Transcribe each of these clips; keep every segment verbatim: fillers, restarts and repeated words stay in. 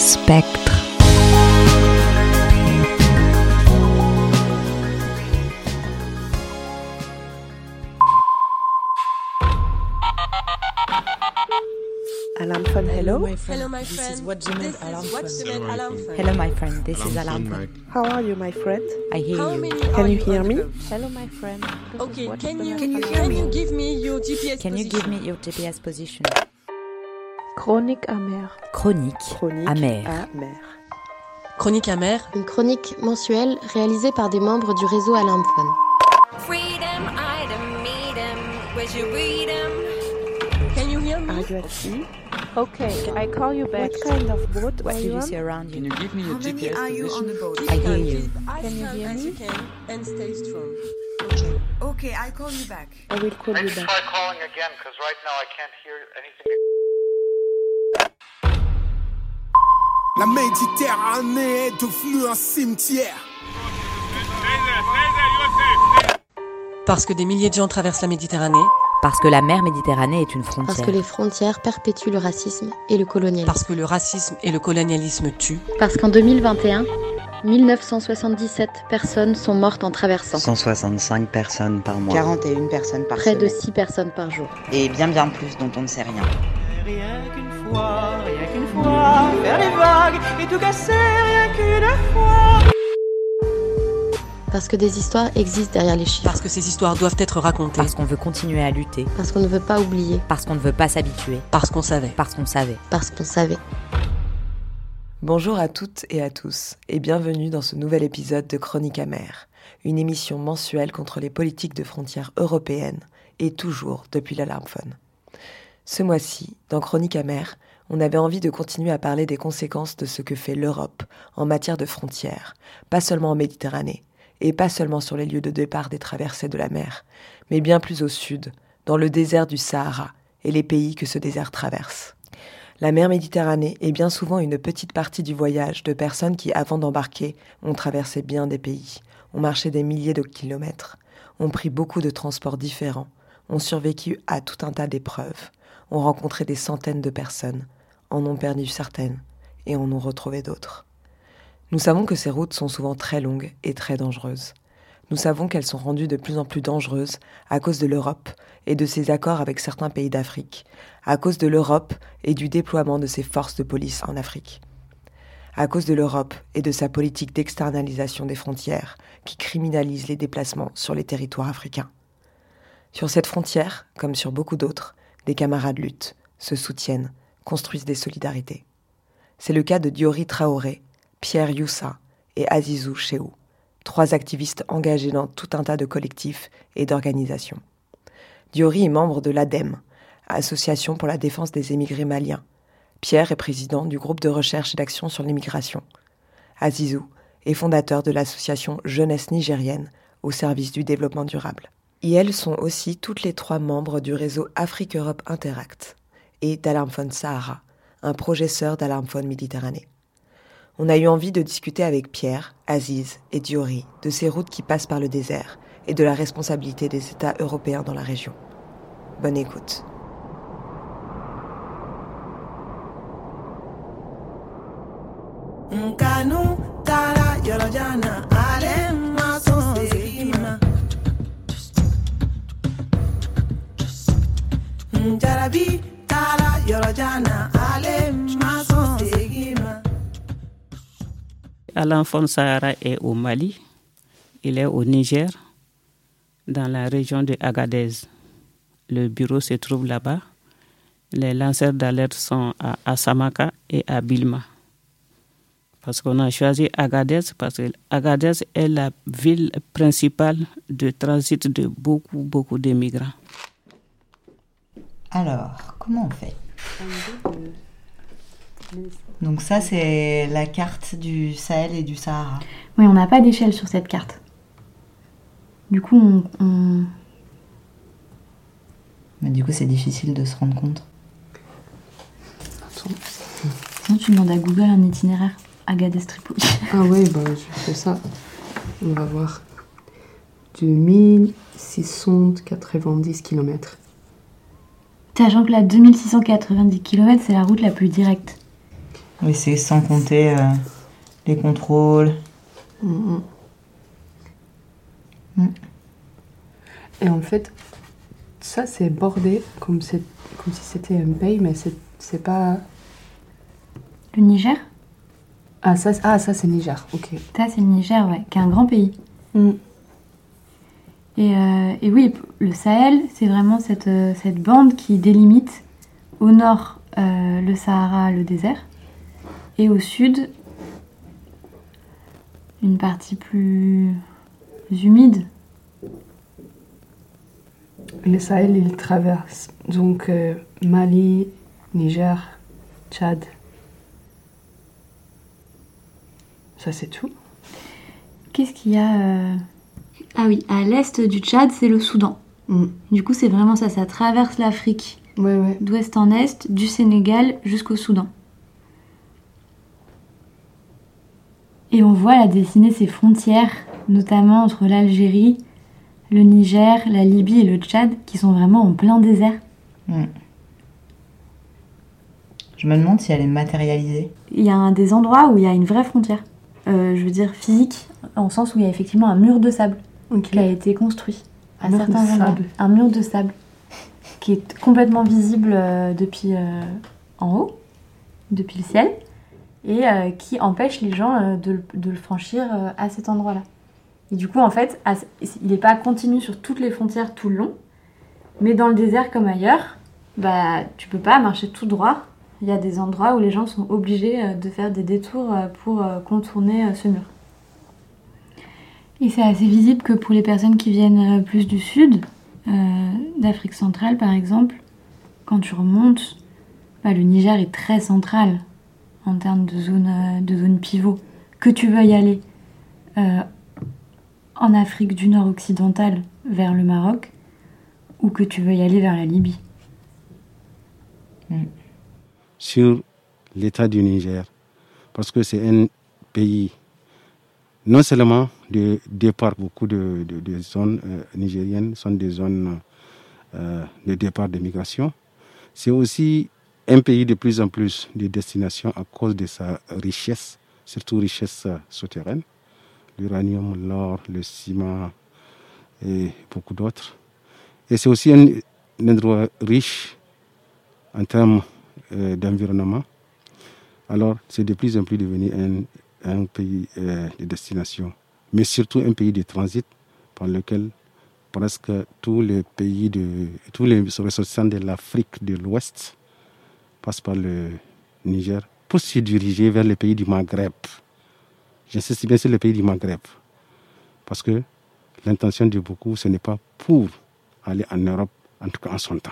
Spectre. Alarm phone, hello. Hello, my friend. This is What You Meant This Alarm is What Phone. You Meant Alarm Phone. Hello my friend, this is Alarm Phone. How are you, my friend? I hear How you. many Can are you hear on me? the phone? Hello, my friend. This Okay, is what can you you meant can you, alarm can you phone. give me your G P S Can you position? give me your G P S position? Chronique amère. Chronique, Chronique amère. amère. Chronique amère. Une chronique mensuelle réalisée par des membres du réseau Alarm Phone. Freedom, item, meet 'em, where'd you read 'em? Can you hear me? Are you at sea? Okay, I call you back. What kind of boat What are do you you on? see around Can you? you give me your How G many P S are you on position? the boat? I hear Please, you. as Can you calm hear as me? you can and stay strong. Okay, I call you back. I will call you Maybe back. try calling again, because right now I can't hear anything. La Méditerranée est devenue un cimetière. Parce que des milliers de gens traversent la Méditerranée. Parce que la mer Méditerranée est une Parce frontière. que les frontières perpétuent le racisme et le colonialisme. Parce que le racisme et le colonialisme tuent. Parce qu'en deux mille vingt et un, mille neuf cent soixante-dix-sept personnes sont mortes en traversant. cent soixante-cinq personnes par mois. quarante et une personnes par Près de semaine. six personnes par jour. Et bien bien plus dont on ne sait rien. Rien qu'une fois, rien qu'une fois, faire des vagues et tout casser, rien qu'une fois. Parce que des histoires existent derrière les chiffres. Parce que ces histoires doivent être racontées. Parce qu'on veut continuer à lutter. Parce qu'on ne veut pas oublier. Parce qu'on ne veut pas s'habituer. Parce qu'on savait. Parce qu'on savait. Parce qu'on savait. Bonjour à toutes et à tous, et bienvenue dans ce nouvel épisode de Chronique amère, une émission mensuelle contre les politiques de frontières européennes, et toujours depuis l'Alarm Phone. Ce mois-ci, dans Chronique amère, on avait envie de continuer à parler des conséquences de ce que fait l'Europe en matière de frontières, pas seulement en Méditerranée, et pas seulement sur les lieux de départ des traversées de la mer, mais bien plus au sud, dans le désert du Sahara et les pays que ce désert traverse. La mer Méditerranée est bien souvent une petite partie du voyage de personnes qui, avant d'embarquer, ont traversé bien des pays, ont marché des milliers de kilomètres, ont pris beaucoup de transports différents, ont survécu à tout un tas d'épreuves, ont rencontré des centaines de personnes, en ont perdu certaines et en ont retrouvé d'autres. Nous savons que ces routes sont souvent très longues et très dangereuses. Nous savons qu'elles sont rendues de plus en plus dangereuses à cause de l'Europe et de ses accords avec certains pays d'Afrique, à cause de l'Europe et du déploiement de ses forces de police en Afrique, à cause de l'Europe et de sa politique d'externalisation des frontières qui criminalise les déplacements sur les territoires africains. Sur cette frontière, comme sur beaucoup d'autres, des camarades luttent, se soutiennent, construisent des solidarités. C'est le cas de Diori Traoré, Pierre Youssa et Azizou Chehou, trois activistes engagés dans tout un tas de collectifs et d'organisations. Diori est membre de l'A D E M, Association pour la défense des émigrés maliens. Pierre est président du groupe de recherche et d'action sur l'immigration. Azizou est fondateur de l'association Jeunesse nigérienne au service du développement durable. Et elles sont aussi toutes les trois membres du réseau Afrique-Europe Interact et d'Alarm Phone Sahara, un projet sœur d'Alarm Phone Méditerranée. On a eu envie de discuter avec Pierre, Aziz et Diori de ces routes qui passent par le désert et de la responsabilité des États européens dans la région. Bonne écoute. Alarm Phone Sahara est au Mali, il est au Niger, dans la région de Agadez. Le bureau se trouve là-bas. Les lanceurs d'alerte sont à Assamaka et à Bilma. Parce qu'on a choisi Agadez, parce que Agadez est la ville principale de transit de beaucoup, beaucoup de migrants. Alors, comment on fait ? Donc ça, c'est la carte du Sahel et du Sahara. Oui, on n'a pas d'échelle sur cette carte. Du coup, on... on... Mais du coup, c'est difficile de se rendre compte. Attends. Sinon, tu demandes à Google un itinéraire Agadez-Tripoli. Ah oui, bah, je fais ça. On va voir. deux mille six cent quatre-vingt-dix kilomètres. Sachant que la deux mille six cent quatre-vingt-dix kilomètres, c'est la route la plus directe. Oui, c'est sans compter euh, les contrôles. Mmh. Mmh. Et en fait, ça c'est bordé comme, c'est, comme si c'était un pays, mais c'est, c'est pas... Le Niger ? Ah ça, ah, ça c'est Niger, ok. Ça c'est le Niger, ouais, qui est un grand pays. Mmh. Et, euh, et oui, le Sahel, c'est vraiment cette, euh, cette bande qui délimite au nord euh, le Sahara, le désert, et au sud, une partie plus humide. Le Sahel, il traverse donc euh, Mali, Niger, Tchad. Ça c'est tout. Qu'est-ce qu'il y a euh... Ah oui, à l'est du Tchad, c'est le Soudan. Mm. Du coup, c'est vraiment ça, ça traverse l'Afrique. Ouais, ouais. D'ouest en est, du Sénégal jusqu'au Soudan. Et on voit là dessiner ces frontières, notamment entre l'Algérie, le Niger, la Libye et le Tchad, qui sont vraiment en plein désert. Mm. Je me demande si elle est matérialisée. Il y a un, des endroits où il y a une vraie frontière. Euh, je veux dire physique, en sens où il y a effectivement un mur de sable okay. qui a été construit. Un mur de sable. Un mur de sable qui est complètement visible euh, depuis euh, en haut, depuis le ciel, et euh, qui empêche les gens euh, de, de le franchir euh, à cet endroit-là. Et du coup, en fait, à, il n'est pas continu sur toutes les frontières tout le long, mais dans le désert comme ailleurs, bah, tu peux pas marcher tout droit. Il y a des endroits où les gens sont obligés euh, de faire des détours euh, pour euh, contourner euh, ce mur. Et c'est assez visible que pour les personnes qui viennent euh, plus du sud, euh, d'Afrique centrale par exemple, quand tu remontes, bah, le Niger est très central en termes de zone, euh, de zone pivot. Que tu veuilles aller euh, en Afrique du Nord occidentale vers le Maroc, ou que tu veuilles aller vers la Libye. Mm. Sur l'état du Niger, parce que c'est un pays non seulement de départ, beaucoup de, de, de zones euh, nigériennes sont des zones euh, de départ de migration, c'est aussi un pays de plus en plus de destination à cause de sa richesse, surtout richesse souterraine, l'uranium, l'or, le ciment et beaucoup d'autres. Et c'est aussi un, un endroit riche en termes euh, d'environnement. Alors, c'est de plus en plus devenu un, un pays euh, de destination, mais surtout un pays de transit par lequel presque tous les pays, de, tous les ressortissants de l'Afrique de l'Ouest passent par le Niger pour se diriger vers les pays du Maghreb. J'insiste bien sur les pays du Maghreb, parce que l'intention de beaucoup, ce n'est pas pour aller en Europe, en tout cas en son temps.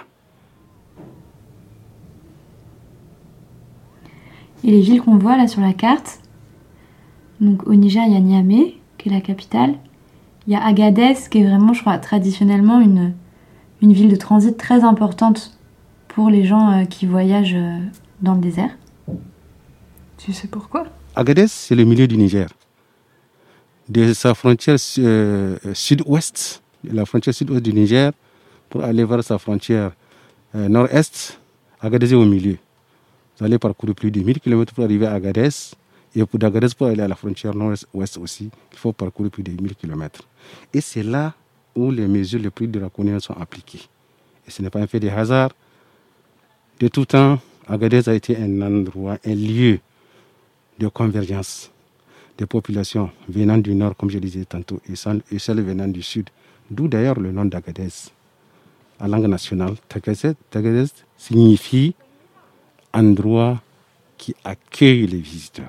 Et les villes qu'on voit là sur la carte, donc au Niger, il y a Niamey, qui est la capitale. Il y a Agadez, qui est vraiment, je crois, traditionnellement une, une ville de transit très importante pour les gens euh, qui voyagent euh, dans le désert. Tu sais pourquoi ? Agadez, c'est le milieu du Niger. De sa frontière euh, sud-ouest, la frontière sud-ouest du Niger, pour aller vers sa frontière euh, nord-est, Agadez est au milieu. Vous allez parcourir plus de mille kilomètres pour arriver à Agadez. Et pour d'Agadez, pour aller à la frontière nord-ouest aussi, il faut parcourir plus de mille kilomètres. Et c'est là où les mesures les plus draconiennes sont appliquées. Et ce n'est pas un fait de hasard. De tout temps, Agadez a été un endroit, un lieu de convergence des populations venant du nord, comme je disais tantôt, et celles venant du sud. D'où d'ailleurs le nom d'Agadez. En langue nationale, Tagadez signifie endroit qui accueille les visiteurs.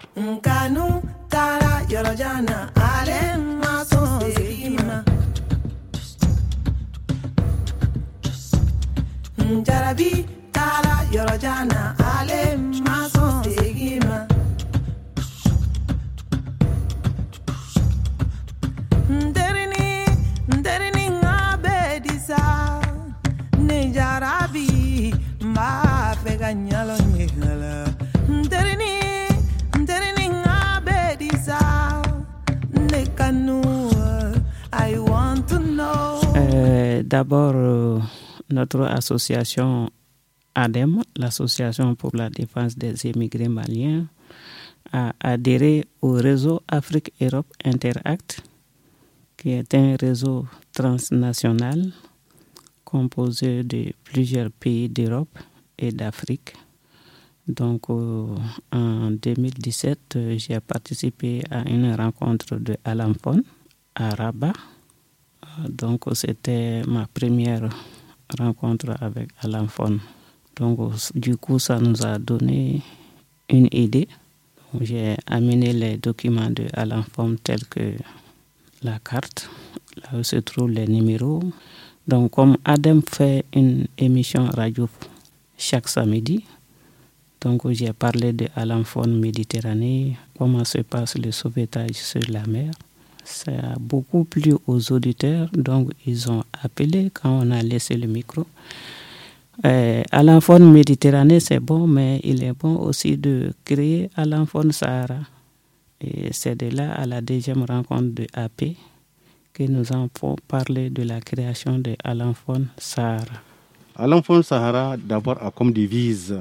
Euh, d'abord, euh, notre association A D E M, l'Association pour la défense des émigrés maliens, a adhéré au réseau Afrique-Europe Interact, qui est un réseau transnational composé de plusieurs pays d'Europe et d'Afrique. Donc, euh, en deux mille dix-sept, euh, j'ai participé à une rencontre de Alamphone à Rabat. Euh, donc, c'était ma première rencontre avec Alamphone. Donc, du coup, ça nous a donné une idée. Donc, j'ai amené les documents de Alamphone tels que la carte, là où se trouvent les numéros. Donc, comme Adem fait une émission radio chaque samedi, donc j'ai parlé de Alamphone Méditerranée, comment se passe le sauvetage sur la mer. Ça a beaucoup plu aux auditeurs, donc ils ont appelé quand on a laissé le micro. Euh, Alamphone Méditerranée, c'est bon, mais il est bon aussi de créer Alamphone Sahara. Et c'est de là à la deuxième rencontre de A P que nous avons parlé de la création de Alamphone Sahara. Alamphone Sahara, d'abord, a comme devise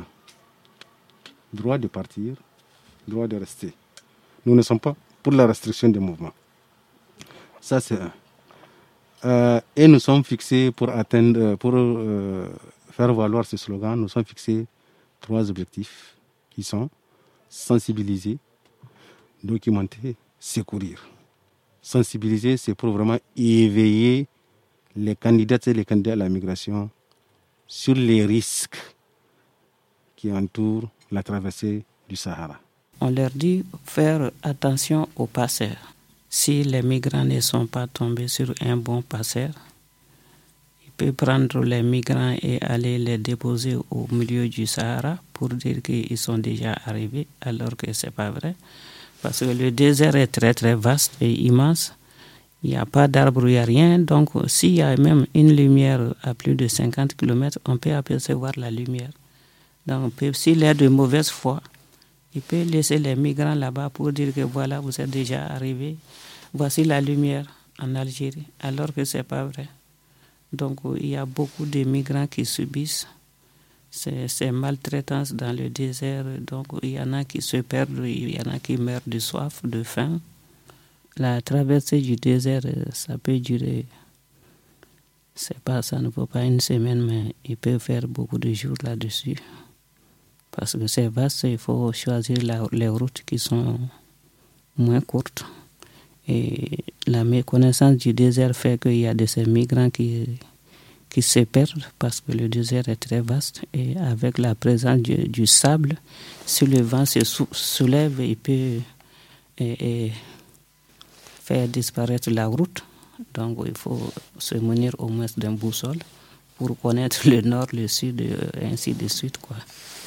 droit de partir, droit de rester. Nous ne sommes pas pour la restriction des mouvements. Ça, c'est un. Euh, et nous sommes fixés pour atteindre, pour euh, faire valoir ce slogan, nous sommes fixés trois objectifs qui sont sensibiliser, documenter, secourir. Sensibiliser, c'est pour vraiment éveiller les candidats et les candidats à la migration sur les risques qui entourent la traversée du Sahara. On leur dit faire attention aux passeurs. Si les migrants ne sont pas tombés sur un bon passeur, il peut prendre les migrants et aller les déposer au milieu du Sahara pour dire qu'ils sont déjà arrivés, alors que ce n'est pas vrai. Parce que le désert est très très vaste et immense. Il n'y a pas d'arbres, il n'y a rien. Donc s'il y a même une lumière à plus de cinquante kilomètres, on peut apercevoir la lumière. Donc s'il est de mauvaise foi, il peut laisser les migrants là-bas pour dire que voilà, vous êtes déjà arrivés. Voici la lumière en Algérie, alors que ce n'est pas vrai. Donc il y a beaucoup de migrants qui subissent ces, ces maltraitances dans le désert. Donc il y en a qui se perdent, il y en a qui meurent de soif, de faim. La traversée du désert, ça peut durer, c'est pas, ça ne vaut pas une semaine, mais il peut faire beaucoup de jours là-dessus. Parce que c'est vaste, il faut choisir la, les routes qui sont moins courtes. Et la méconnaissance du désert fait qu'il y a de ces migrants qui, qui se perdent parce que le désert est très vaste. Et avec la présence du, du sable, si le vent se sou, soulève, il peut et, et faire disparaître la route. Donc il faut se munir au moins d'un boussole pour connaître le nord, le sud, et ainsi de suite, quoi.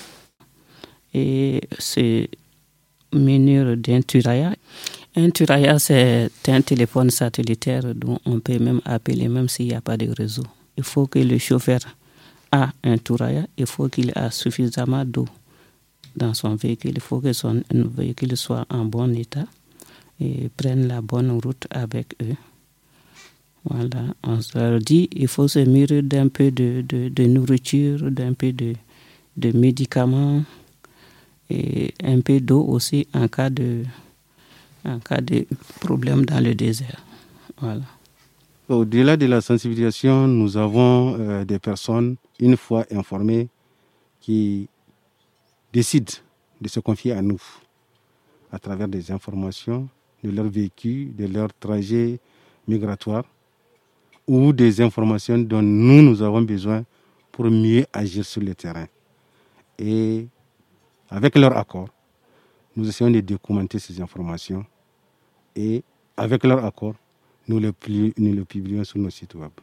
Et se munir d'un Thuraya. Un Thuraya, c'est un téléphone satellitaire dont on peut même appeler même s'il n'y a pas de réseau. Il faut que le chauffeur a un Thuraya, il faut qu'il ait suffisamment d'eau dans son véhicule, il faut que son véhicule soit en bon état et prenne la bonne route avec eux. Voilà, on se leur dit il faut se munir d'un peu de, de, de nourriture, d'un peu de, de médicaments et un peu d'eau aussi en cas de, en cas de problème dans le désert. Voilà. Au-delà de la sensibilisation, nous avons euh, des personnes, une fois informées, qui décident de se confier à nous à travers des informations de leur vécu, de leur trajet migratoire ou des informations dont nous, nous avons besoin pour mieux agir sur le terrain. Et avec leur accord, nous essayons de documenter ces informations et avec leur accord, nous le, pli- nous le publions sur nos sites web.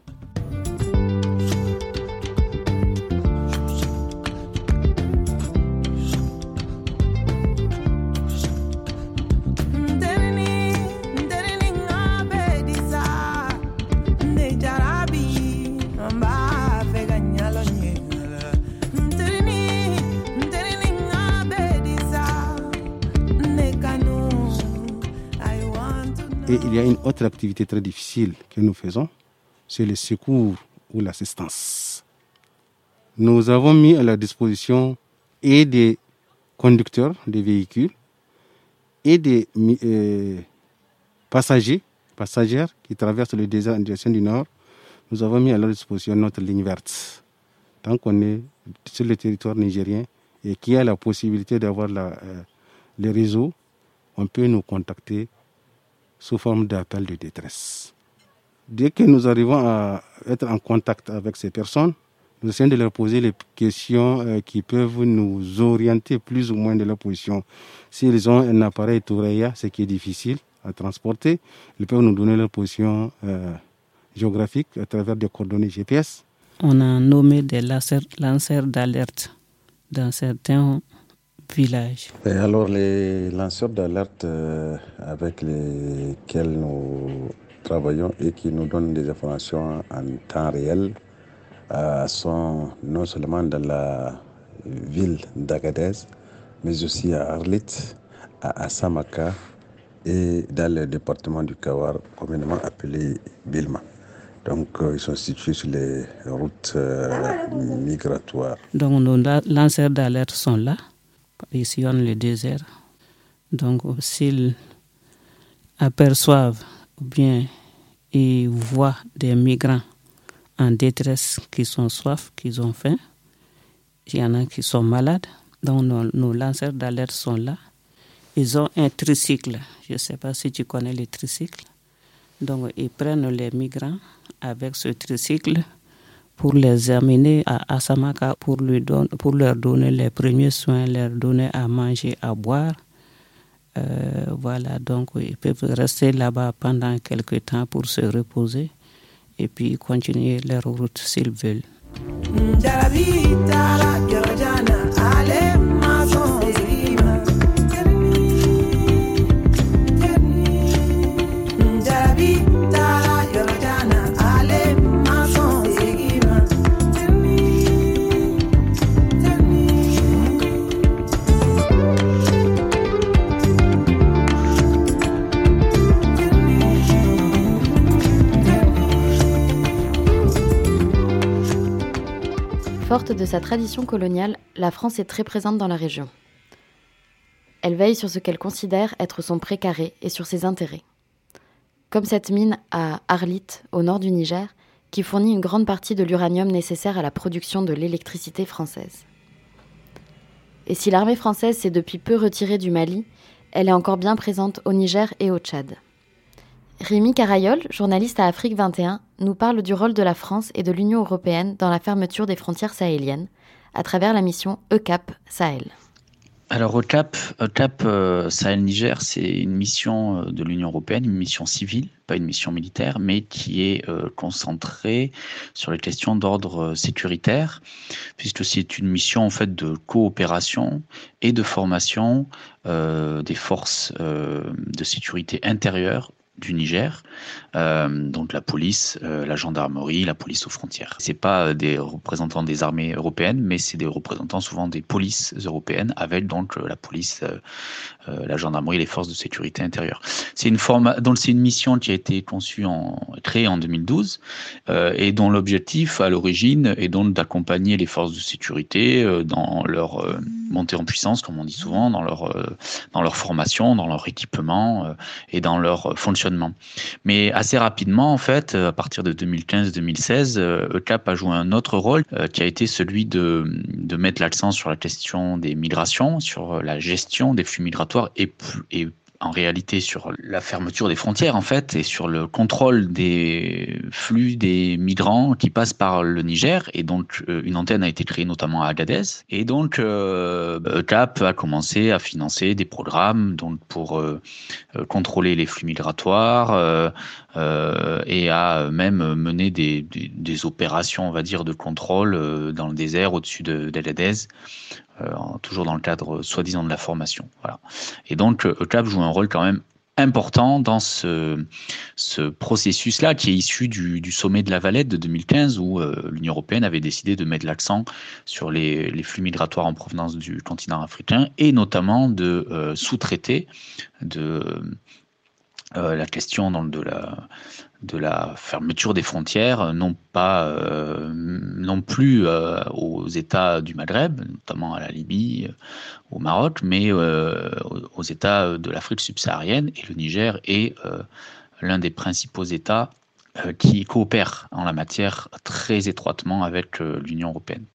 Et il y a une autre activité très difficile que nous faisons, c'est le secours ou l'assistance. Nous avons mis à la disposition et des conducteurs de véhicules et des euh, passagers, passagères qui traversent le désert en direction du nord, nous avons mis à leur disposition notre ligne verte. Tant qu'on est sur le territoire nigérien et qu'il y a la possibilité d'avoir la, euh, les réseaux, on peut nous contacter sous forme d'appel de détresse. Dès que nous arrivons à être en contact avec ces personnes, nous essayons de leur poser les questions euh, qui peuvent nous orienter plus ou moins de leur position. S'ils ont un appareil Toureya, ce qui est difficile à transporter, ils peuvent nous donner leur position euh, géographique à travers des coordonnées G P S. On a nommé des lanceurs, lanceurs d'alerte dans certains villages. Et alors les lanceurs d'alerte euh, avec lesquels nous travaillons et qui nous donnent des informations en temps réel euh, sont non seulement dans la ville d'Agadez, mais aussi à Arlit, à Assamaka et dans le département du Kawar, communément appelé Bilma. Donc, euh, ils sont situés sur les routes euh, migratoires. Donc, nos lanceurs d'alerte sont là. Ils sillonnent le désert. Donc, s'ils aperçoivent ou bien ils voient des migrants en détresse qui sont soif, qui ont faim, il y en a qui sont malades. Donc, nos, nos lanceurs d'alerte sont là. Ils ont un tricycle. Je ne sais pas si tu connais les tricycles. Donc, ils prennent les migrants avec ce tricycle pour les amener à Assamaka pour, lui don- pour leur donner les premiers soins, leur donner à manger, à boire. Euh, voilà, donc ils peuvent rester là-bas pendant quelques temps pour se reposer et puis continuer leur route s'ils veulent. Forte de sa tradition coloniale, la France est très présente dans la région. Elle veille sur ce qu'elle considère être son précaré et sur ses intérêts. Comme cette mine à Arlit, au nord du Niger, qui fournit une grande partie de l'uranium nécessaire à la production de l'électricité française. Et si l'armée française s'est depuis peu retirée du Mali, elle est encore bien présente au Niger et au Tchad. Rémi Carayol, journaliste à Afrique vingt et un, nous parle du rôle de la France et de l'Union européenne dans la fermeture des frontières sahéliennes, à travers la mission EUCAP Sahel. Alors EUCAP, EUCAP euh, Sahel-Niger, c'est une mission de l'Union européenne, une mission civile, pas une mission militaire, mais qui est euh, concentrée sur les questions d'ordre sécuritaire, puisque c'est une mission en fait de coopération et de formation euh, des forces euh, de sécurité intérieure du Niger, euh, donc la police, euh, la gendarmerie, la police aux frontières. C'est pas des représentants des armées européennes, mais c'est des représentants souvent des polices européennes, avec donc la police, euh, euh, la gendarmerie, les forces de sécurité intérieure. C'est une forme, donc c'est une mission qui a été conçue en créée en deux mille douze euh, et dont l'objectif à l'origine est donc d'accompagner les forces de sécurité euh, dans leur euh, montée en puissance, comme on dit souvent, dans leur euh, dans leur formation, dans leur équipement euh, et dans leur fonctionnement. Mais assez rapidement, en fait, à partir de deux mille quinze deux mille seize, EUCAP a joué un autre rôle euh, qui a été celui de, de mettre l'accent sur la question des migrations, sur la gestion des flux migratoires et, et en réalité sur la fermeture des frontières en fait et sur le contrôle des flux des migrants qui passent par le Niger. Et donc euh, une antenne a été créée notamment à Agadez. Et donc euh, EUCAP a commencé à financer des programmes donc pour euh, contrôler les flux migratoires euh, euh, et a même mené des, des, des opérations on va dire de contrôle euh, dans le désert au-dessus de, d'Agadez. Euh, toujours dans le cadre soi-disant de la formation. Voilà. Et donc EUCAP joue un rôle quand même important dans ce, ce processus-là qui est issu du, du sommet de La Valette de deux mille quinze où euh, l'Union européenne avait décidé de mettre l'accent sur les, les flux migratoires en provenance du continent africain et notamment de euh, sous-traiter, de euh, la question donc, de la de la fermeture des frontières, non pas euh, non plus euh, aux États du Maghreb, notamment à la Libye, au Maroc, mais euh, aux États de l'Afrique subsaharienne. Et le Niger est euh, l'un des principaux États euh, qui coopèrent en la matière très étroitement avec euh, l'Union européenne.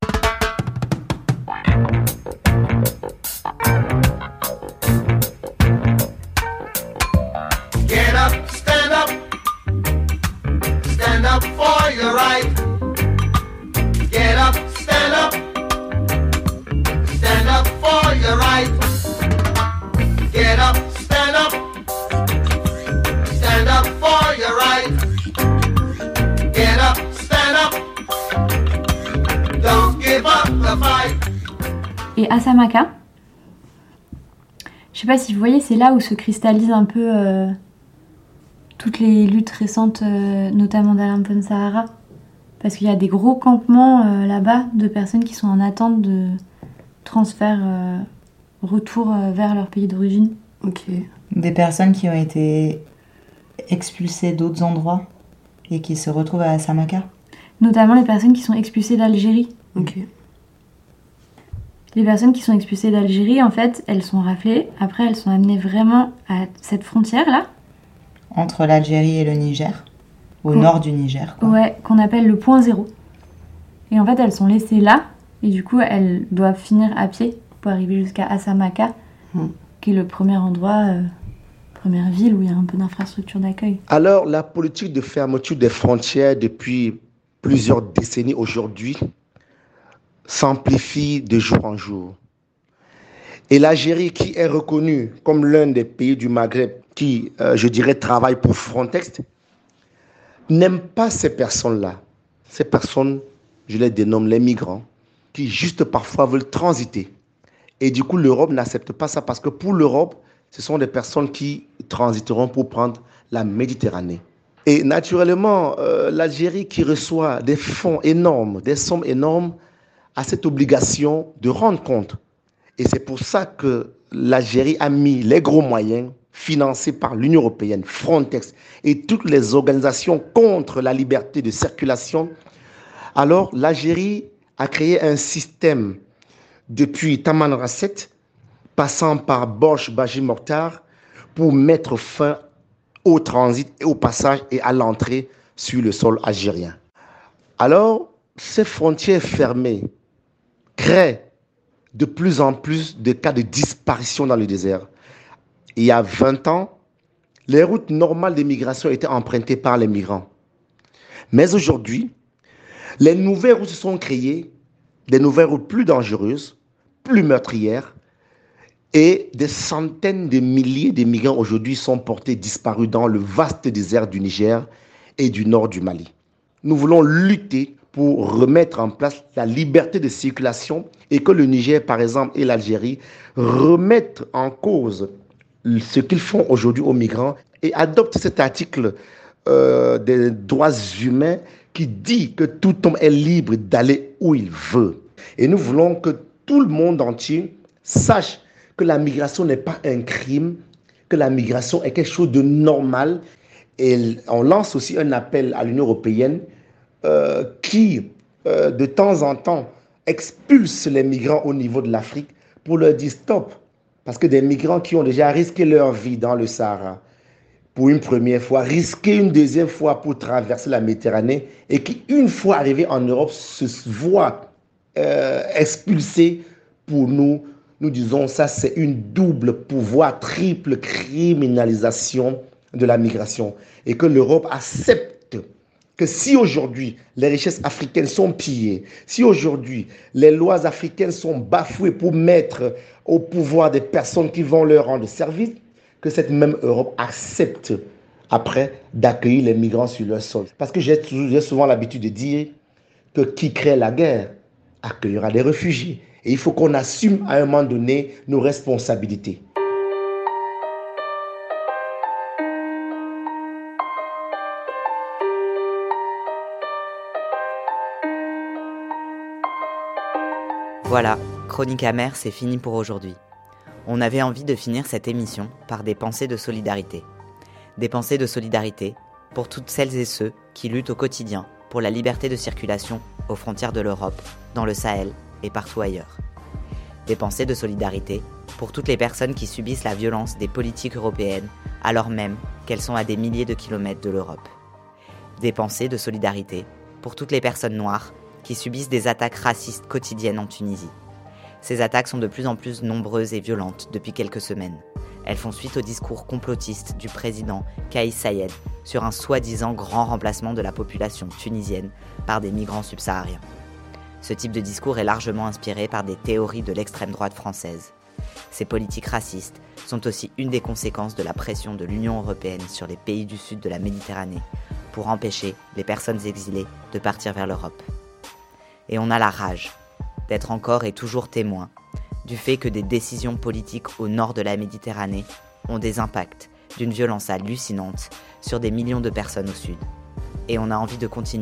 Get up, stand up. Stand up for your right. Get up, stand up. Stand up for your right. Get up, stand up. Stand up for your right. Get up, stand up. Don't give up the fight. Et Asamaka, je sais pas si vous voyez, c'est là où se cristallise un peu euh, toutes les luttes récentes, euh, notamment d'Alain Ponsahara. Parce qu'il y a des gros campements euh, là-bas de personnes qui sont en attente de transfert, euh, retour euh, vers leur pays d'origine. Ok. Des personnes qui ont été expulsées d'autres endroits et qui se retrouvent à Asamaka. Notamment les personnes qui sont expulsées d'Algérie. Ok. Les personnes qui sont expulsées d'Algérie, en fait, elles sont raflées. Après, elles sont amenées vraiment à cette frontière-là. Entre l'Algérie et le Niger. Au Qu'on... nord du Niger, quoi. Ouais, qu'on appelle le point zéro. Et en fait, elles sont laissées là. Et du coup, elles doivent finir à pied pour arriver jusqu'à Asamaka, mm. qui est le premier endroit, euh, première ville où il y a un peu d'infrastructure d'accueil. Alors, la politique de fermeture des frontières depuis plusieurs décennies aujourd'hui s'amplifie de jour en jour. Et l'Algérie, qui est reconnue comme l'un des pays du Maghreb qui, euh, je dirais, travaille pour Frontex, n'aime pas ces personnes-là. Ces personnes, je les dénomme les migrants, qui juste parfois veulent transiter. Et du coup, l'Europe n'accepte pas ça parce que pour l'Europe, ce sont des personnes qui transiteront pour prendre la Méditerranée. Et naturellement, euh, l'Algérie qui reçoit des fonds énormes, des sommes énormes, a cette obligation de rendre compte. Et c'est pour ça que l'Algérie a mis les gros moyens financés par l'Union européenne, Frontex et toutes les organisations contre la liberté de circulation. Alors l'Algérie a créé un système depuis Tamanrasset, passant par Borch Baji Mokhtar, pour mettre fin au transit et au passage et à l'entrée sur le sol algérien. Alors, ces frontières fermées créent de plus en plus de cas de disparition dans le désert. Il y a vingt ans, les routes normales de migration étaient empruntées par les migrants. Mais aujourd'hui, les nouvelles routes se sont créées, des nouvelles routes plus dangereuses, plus meurtrières, et des centaines de milliers de migrants aujourd'hui sont portés disparus dans le vaste désert du Niger et du nord du Mali. Nous voulons lutter pour remettre en place la liberté de circulation et que le Niger, par exemple, et l'Algérie remettent en cause ce qu'ils font aujourd'hui aux migrants et adoptent cet article euh, des droits humains qui dit que tout homme est libre d'aller où il veut. Et nous voulons que tout le monde entier sache que la migration n'est pas un crime, que la migration est quelque chose de normal. Et on lance aussi un appel à l'Union européenne euh, qui, euh, de temps en temps, expulse les migrants au niveau de l'Afrique pour leur dire stop. Parce que des migrants qui ont déjà risqué leur vie dans le Sahara pour une première fois, risqué une deuxième fois pour traverser la Méditerranée et qui, une fois arrivés en Europe, se voient euh, expulsés. Pour nous, nous disons ça, c'est une double pouvoir, triple criminalisation de la migration. Et que l'Europe accepte que si aujourd'hui les richesses africaines sont pillées, si aujourd'hui les lois africaines sont bafouées pour mettre au pouvoir des personnes qui vont leur rendre service, que cette même Europe accepte après d'accueillir les migrants sur leur sol. Parce que j'ai, j'ai souvent l'habitude de dire que qui crée la guerre accueillera des réfugiés. Et il faut qu'on assume à un moment donné nos responsabilités. Voilà, Chronique amère, c'est fini pour aujourd'hui. On avait envie de finir cette émission par des pensées de solidarité. Des pensées de solidarité pour toutes celles et ceux qui luttent au quotidien pour la liberté de circulation aux frontières de l'Europe, dans le Sahel et partout ailleurs. Des pensées de solidarité pour toutes les personnes qui subissent la violence des politiques européennes alors même qu'elles sont à des milliers de kilomètres de l'Europe. Des pensées de solidarité pour toutes les personnes noires qui subissent des attaques racistes quotidiennes en Tunisie. Ces attaques sont de plus en plus nombreuses et violentes depuis quelques semaines. Elles font suite au discours complotiste du président Kais Saied sur un soi-disant grand remplacement de la population tunisienne par des migrants subsahariens. Ce type de discours est largement inspiré par des théories de l'extrême droite française. Ces politiques racistes sont aussi une des conséquences de la pression de l'Union européenne sur les pays du sud de la Méditerranée pour empêcher les personnes exilées de partir vers l'Europe. Et on a la rage d'être encore et toujours témoin du fait que des décisions politiques au nord de la Méditerranée ont des impacts d'une violence hallucinante sur des millions de personnes au sud. Et on a envie de continuer